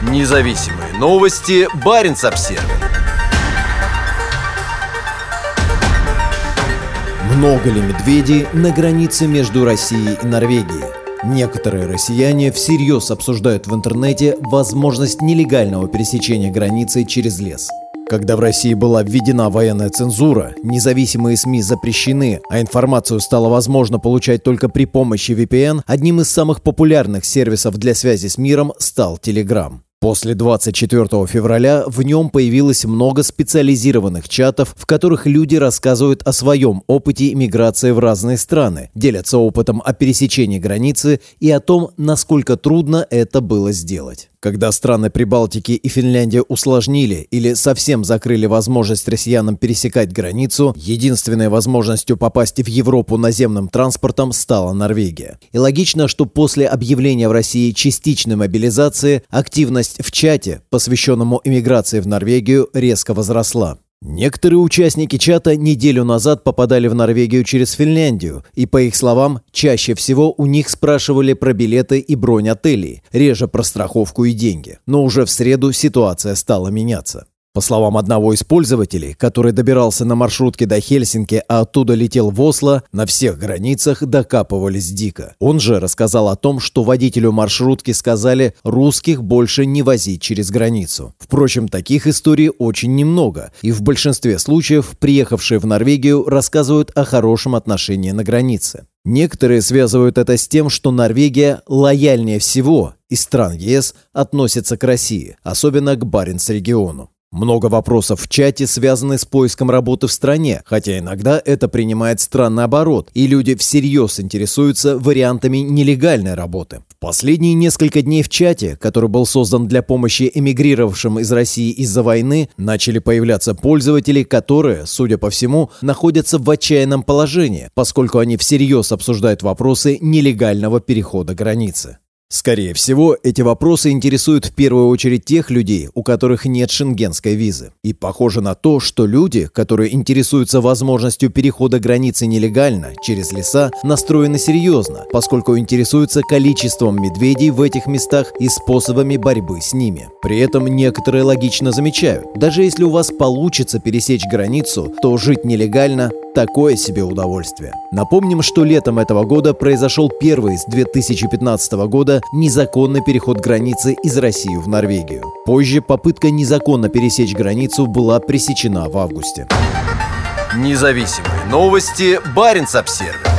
Независимые новости. Баренц-Обсервис. Много ли медведей на границе между Россией и Норвегией? Некоторые россияне всерьез обсуждают в интернете возможность нелегального пересечения границы через лес. Когда в России была введена военная цензура, независимые СМИ запрещены, а информацию стало возможно получать только при помощи VPN, одним из самых популярных сервисов для связи с миром стал Telegram. После 24 февраля в нем появилось много специализированных чатов, в которых люди рассказывают о своем опыте иммиграции в разные страны, делятся опытом о пересечении границы и о том, насколько трудно это было сделать. Когда страны Прибалтики и Финляндия усложнили или совсем закрыли возможность россиянам пересекать границу, единственной возможностью попасть в Европу наземным транспортом стала Норвегия. И логично, что после объявления в России частичной мобилизации активность в чате, посвященному иммиграции в Норвегию, резко возросла. Некоторые участники чата неделю назад попадали в Норвегию через Финляндию, и, по их словам, чаще всего у них спрашивали про билеты и бронь отелей, реже про страховку и деньги. Но уже в среду ситуация стала меняться. По словам одного из пользователей, который добирался на маршрутке до Хельсинки, а оттуда летел в Осло, на всех границах докапывались дико. Он же рассказал о том, что водителю маршрутки сказали русских больше не возить через границу. Впрочем, таких историй очень немного, и в большинстве случаев приехавшие в Норвегию рассказывают о хорошем отношении на границе. Некоторые связывают это с тем, что Норвегия лояльнее всего из стран ЕС относится к России, особенно к Баренц-региону. Много вопросов в чате связаны с поиском работы в стране, хотя иногда это принимает странный оборот, и люди всерьез интересуются вариантами нелегальной работы. В последние несколько дней в чате, который был создан для помощи эмигрировавшим из России из-за войны, начали появляться пользователи, которые, судя по всему, находятся в отчаянном положении, поскольку они всерьез обсуждают вопросы нелегального перехода границы. Скорее всего, эти вопросы интересуют в первую очередь тех людей, у которых нет шенгенской визы. И похоже на то, что люди, которые интересуются возможностью перехода границы нелегально, через леса, настроены серьезно, поскольку интересуются количеством медведей в этих местах и способами борьбы с ними. При этом некоторые логично замечают, даже если у вас получится пересечь границу, то жить нелегально – такое себе удовольствие. Напомним, что летом этого года произошел первый с 2015 года незаконный переход границы из России в Норвегию. Позже попытка незаконно пересечь границу была пресечена в августе. Независимые новости. Баренц-Обсервис.